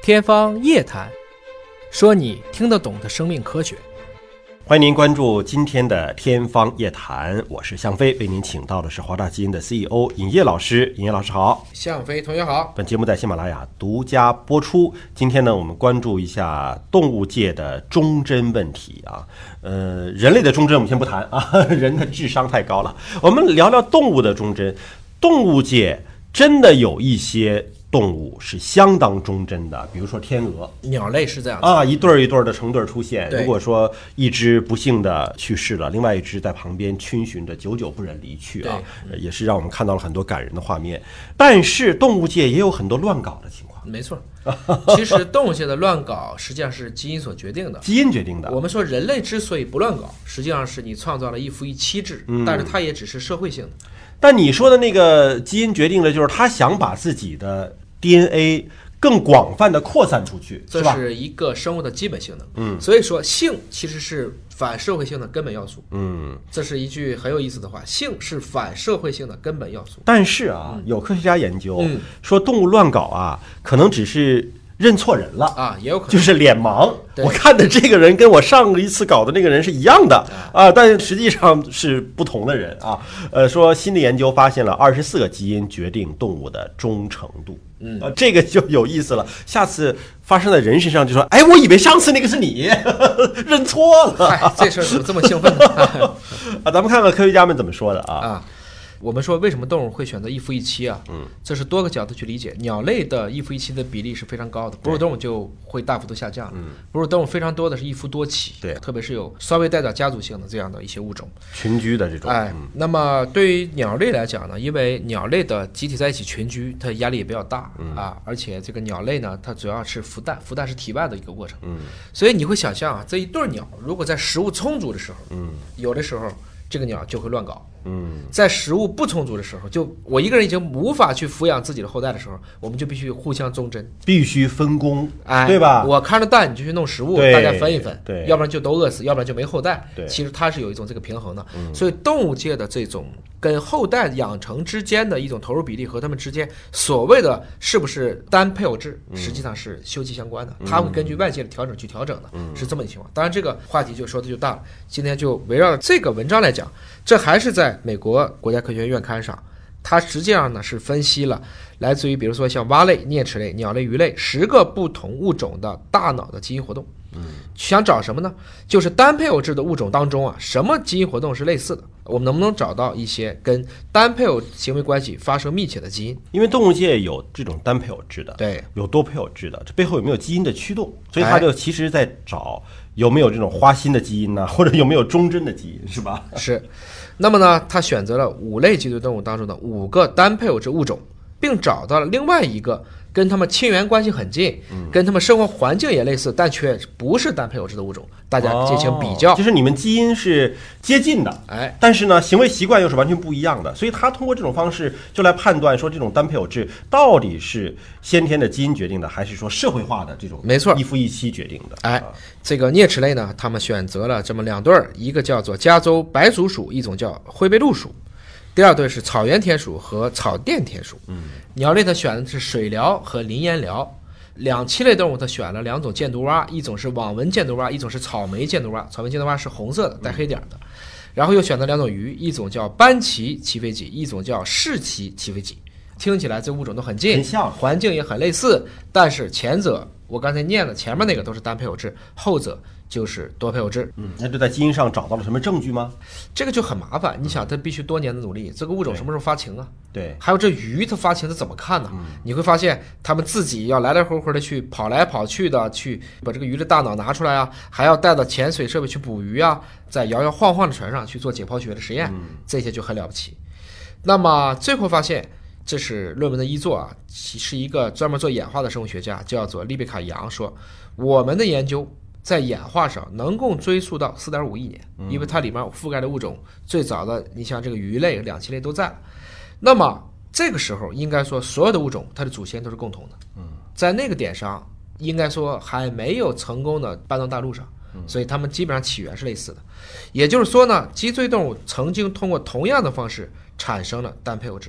天方夜谭，说你听得懂的生命科学。 欢迎您关注今天的天方夜谭，我是向飞，为您请到的是华大基因的 CEO 尹烨老师。尹烨老师好。 向飞同学好。 本节目在喜马拉雅独家播出。今天呢，我们关注一下动物界的忠贞问题啊。人类的忠贞我们先不谈啊，人的智商太高了。我们聊聊动物的忠贞。动物界真的有一些动物是相当忠贞的，比如说天鹅， 鸟类是这样啊，一对一对的成对出现。 对， 如果说一只不幸的去世了，另外一只在旁边逡巡着，久久不忍离去啊，也是让我们看到了很多感人的画面。但是动物界也有很多乱搞的情况。 没错，其实动物界的乱搞实际上是基因所决定的。 基因决定的。 我们说人类之所以不乱搞，实际上是你创造了一夫一妻制，但是它也只是社会性的。 但你说的那个基因决定的，就是他想把自己的 DNA 更广泛的扩散出去， 这是一个生物的基本性能。所以说性其实是反社会性的根本要素。这是一句很有意思的话，性是反社会性的根本要素。 但是啊，有科学家研究说，动物乱搞啊，可能只是认错人了啊，也有可能就是脸盲。我看的这个人跟我上一次搞的那个人是一样的啊，但实际上是不同的人啊。说新的研究发现了24个基因决定动物的忠诚度。这个就有意思了。下次发生在人身上就说，哎，我以为上次那个是你，认错了。 这事儿怎么这么兴奋呢？ 啊，咱们看看科学家们怎么说的啊。 我们说为什么动物会选择一夫一妻啊？这是多个角度去理解。鸟类的一夫一妻的比例是非常高的，哺乳动物就会大幅度下降。哺乳动物非常多的是一夫多妻，对，特别是有稍微带点家族性的这样的一些物种， 群居的这种。 那么对于鸟类来讲呢，因为鸟类的集体在一起群居，它压力也比较大而且这个鸟类呢，它主要是孵蛋，孵蛋是体外的一个过程。所以你会想象啊，这一对鸟如果在食物充足的时候，有的时候这个鸟就会乱搞。在食物不充足的时候，就我一个人已经无法去抚养自己的后代的时候，我们就必须互相忠贞， 必须分工，对吧？ 我看着蛋，你就去弄食物，大家分一分， 对， 要不然就都饿死，要不然就没后代。 对， 其实它是有一种这个平衡的。所以动物界的这种跟后代养成之间的一种投入比例和他们之间所谓的是不是单配偶制，实际上是休戚相关的，它会根据外界的调整去调整的，是这么一个情况。当然这个话题就说的就大了，今天就围绕这个文章来讲，这还是在美国国家科学院院刊上，它实际上呢是分析了来自于比如说像蛙类、啮齿类、鸟类、鱼类10个不同物种的大脑的基因活动。想找什么呢？就是单配偶制的物种当中啊，什么基因活动是类似的？我们能不能找到一些跟单配偶行为关系发生密切的基因？ 因为动物界有这种单配偶制的， 对， 有多配偶制的，这背后有没有基因的驱动？所以他就其实在找有没有这种花心的基因呢，或者有没有忠贞的基因，是吧？ 是。那么呢，他选择了5类脊椎动物当中的5个单配偶制物种，并找到了另外一个跟他们亲缘关系很近，跟他们生活环境也类似，但却不是单配偶制的物种，大家进行比较。 就是你们基因是接近的，但是呢，行为习惯又是完全不一样的，所以他通过这种方式就来判断说，这种单配偶制到底是先天的基因决定的，还是说社会化的这种没错一夫一妻决定的。 这个啮齿类呢，他们选择了这么2对，一个叫做加州白足鼠，一种叫灰背鹭鼠。第2对是草原田鼠和草甸田鼠。鸟类它选的是水螵和林岩螵。两栖类动物它选了2种箭毒蛙，一种是网纹箭毒蛙，一种是草莓箭毒蛙。草莓箭毒蛙是红色的带黑点的。然后又选择2种鱼，一种叫斑鳍鳍飞鲫，一种叫赤鳍鳍飞鲫。听起来这物种都很近， 很像， 环境也很类似，但是前者我刚才念了，前面那个都是单配偶制，后者就是多配偶制。 那就在基因上找到了什么证据吗？ 这个就很麻烦，你想它必须多年的努力，这个物种什么时候发情啊？ 对， 还有这鱼它发情它怎么看呢？你会发现它们自己要来来回回的去跑来跑去的去把这个鱼的大脑拿出来啊，还要带到潜水设备去捕鱼啊，在摇摇晃晃的船上去做解剖学的实验，这些就很了不起。那么最后发现，这是论文的一作啊，是一个专门做演化的生物学家，叫做丽贝卡·杨说，我们的研究在演化上能够追溯到4.5亿年，因为它里面覆盖的物种最早的，你像这个鱼类、两栖类都在了。那么这个时候应该说所有的物种它的祖先都是共同的，在那个点上应该说还没有成功的搬到大陆上，所以它们基本上起源是类似的。也就是说呢，脊椎动物曾经通过同样的方式产生了单配偶制。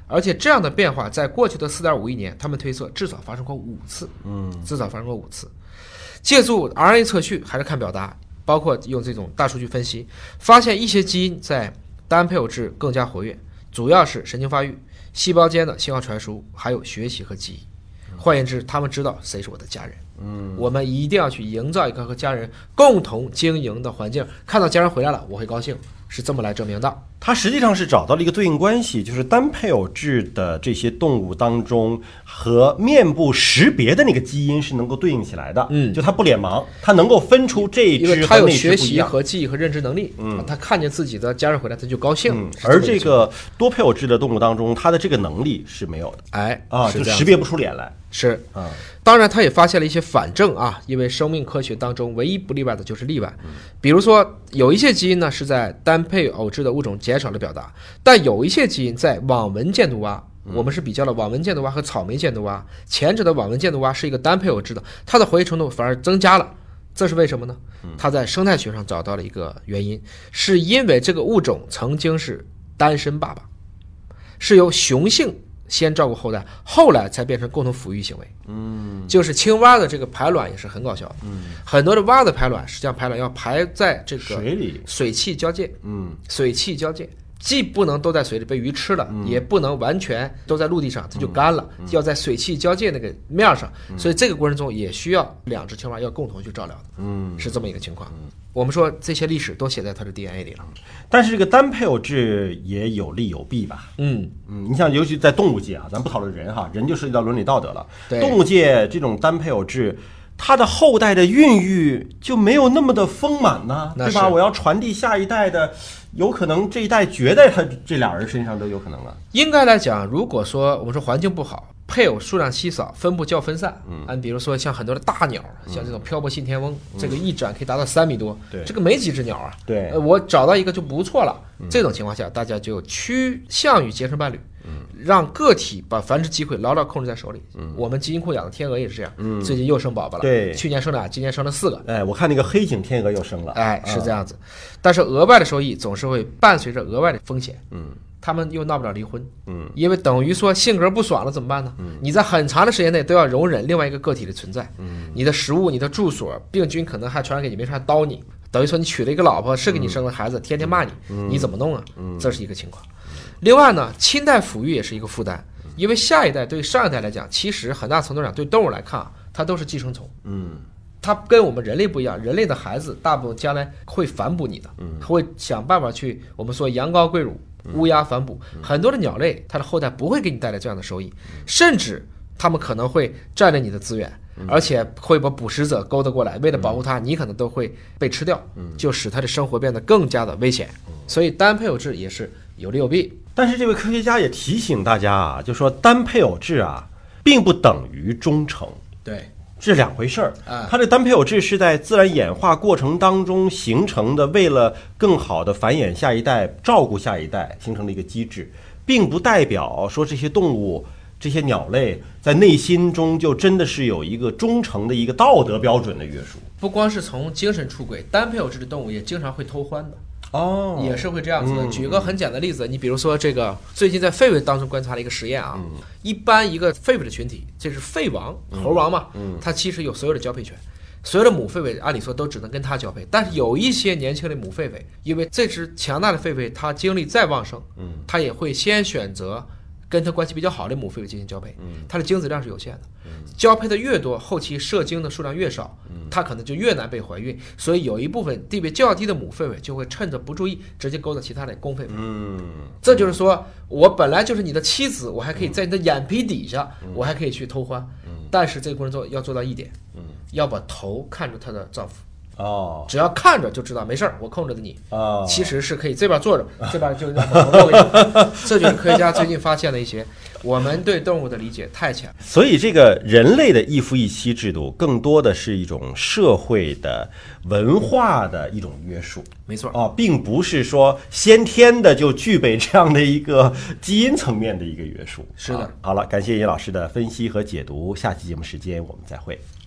而且这样的变化在过去的4.5亿年，他们推测至少发生过5次，至少发生过5次。借助 RNA 测序还是看表达，包括用这种大数据分析，发现一些基因在单配偶制更加活跃，主要是神经发育、细胞间的信号传输，还有学习和记忆。换言之，他们知道谁是我的家人。我们一定要去营造一个和家人共同经营的环境，看到家人回来了，我会高兴，是这么来证明的。 它实际上是找到了一个对应关系，就是单配偶制的这些动物当中和面部识别的那个基因是能够对应起来的。就它不脸盲，它能够分出这一只和那只不一样，因为它有学习和记忆和认知能力。它看见自己的家人回来，它就高兴。 而这个多配偶制的动物当中，它的这个能力是没有的。就识别不出脸来。 是当然，他也发现了一些反证啊，因为生命科学当中唯一不例外的就是例外。比如说，有一些基因呢是在单配偶制的物种减少了表达，但有一些基因在网纹箭毒蛙，我们是比较了网纹箭毒蛙和草莓箭毒蛙，前者的网纹箭毒蛙是一个单配偶制的，它的活跃程度反而增加了。这是为什么呢？他在生态学上找到了一个原因，是因为这个物种曾经是单身爸爸，是由雄性先照顾后代，后来才变成共同抚育行为。就是青蛙的这个排卵也是很搞笑的。很多的蛙的排卵，实际上排卵要排在这个水里， 水气交界。水气交界，既不能都在水里被鱼吃了，也不能完全都在陆地上它就干了，要在水气交界那个面上。所以这个过程中也需要2只青蛙要共同去照料的。是这么一个情况。我们说这些历史都写在它的 DNA 里了。 但是这个单配偶制也有利有弊吧？你像尤其在动物界啊，咱不讨论人哈，人就涉及到伦理道德了。动物界这种单配偶制，它的后代的孕育就没有那么的丰满呢，对吧？我要传递下一代的，有可能这一代绝在他这俩人身上都有可能了。 应该来讲，如果说我们说环境不好，配偶数量稀少，分布较分散，比如说像很多的大鸟，像这种漂泊信天翁，这个一展可以达到3米多，这个没几只鸟啊。我找到一个就不错了。这种情况下，大家就趋向于结成伴侣，让个体把繁殖机会牢牢控制在手里。我们基因库养的天鹅也是这样，最近又生宝宝了。去年生俩，今年生了4个。 我看那个黑颈天鹅又生了。 是这样子。但是额外的收益总是会伴随着额外的风险。他们又闹不了离婚，因为等于说性格不爽了怎么办呢？你在很长的时间内都要容忍另外一个个体的存在，你的食物、你的住所，病菌可能还传染给你，没事还叨你，等于说你娶了一个老婆，是给你生了孩子，天天骂你，你怎么弄啊？这是一个情况。另外呢，亲代抚育也是一个负担，因为下一代对上一代来讲，其实很大程度上对动物来看啊，它都是寄生虫。它跟我们人类不一样，人类的孩子大部分将来会反哺你的，会想办法去我们说羊羔跪乳。乌鸦反哺，很多的鸟类它的后代不会给你带来这样的收益，甚至它们可能会占领你的资源，而且会把捕食者勾搭过来，为了保护它，你可能都会被吃掉，就使它的生活变得更加的危险。所以单配偶制也是有利有弊。 但是这位科学家也提醒大家啊，就说单配偶制啊，并不等于忠诚。 对。 这两回事儿。它这单配偶制是在自然演化过程当中形成的，为了更好的繁衍下一代、照顾下一代形成的一个机制，并不代表说这些动物、这些鸟类在内心中就真的是有一个忠诚的一个道德标准的约束。 不光是从精神出轨，单配偶制的动物也经常会偷欢的。也是会这样子的。举个很简单的例子，你比如说这个最近在狒狒当中观察了一个实验啊，一般一个狒狒的群体，这是狒王、猴王嘛，它其实有所有的交配权，所有的母狒狒按理说都只能跟它交配，但是有一些年轻的母狒狒，因为这只强大的狒狒它精力再旺盛，它也会先选择跟它关系比较好的母狒狒进行交配，它的精子量是有限的，交配的越多，后期射精的数量越少，它可能就越难被怀孕，所以有一部分地位较低的母狒狒就会趁着不注意直接勾搭其他的公狒狒。这就是说我本来就是你的妻子，我还可以在你的眼皮底下，我还可以去偷欢，但是这个过程中要做到一点，要把头看着她的丈夫。只要看着就知道没事儿，我控制的你。其实是可以这边坐着，这边就让头露给你。这就是科学家最近发现的一些我们对动物的理解太浅。 所以这个人类的一夫一妻制度，更多的是一种社会的文化的一种约束。 没错并不是说先天的就具备这样的一个基因层面的一个约束。 是的。 好了，感谢叶老师的分析和解读，下期节目时间我们再会。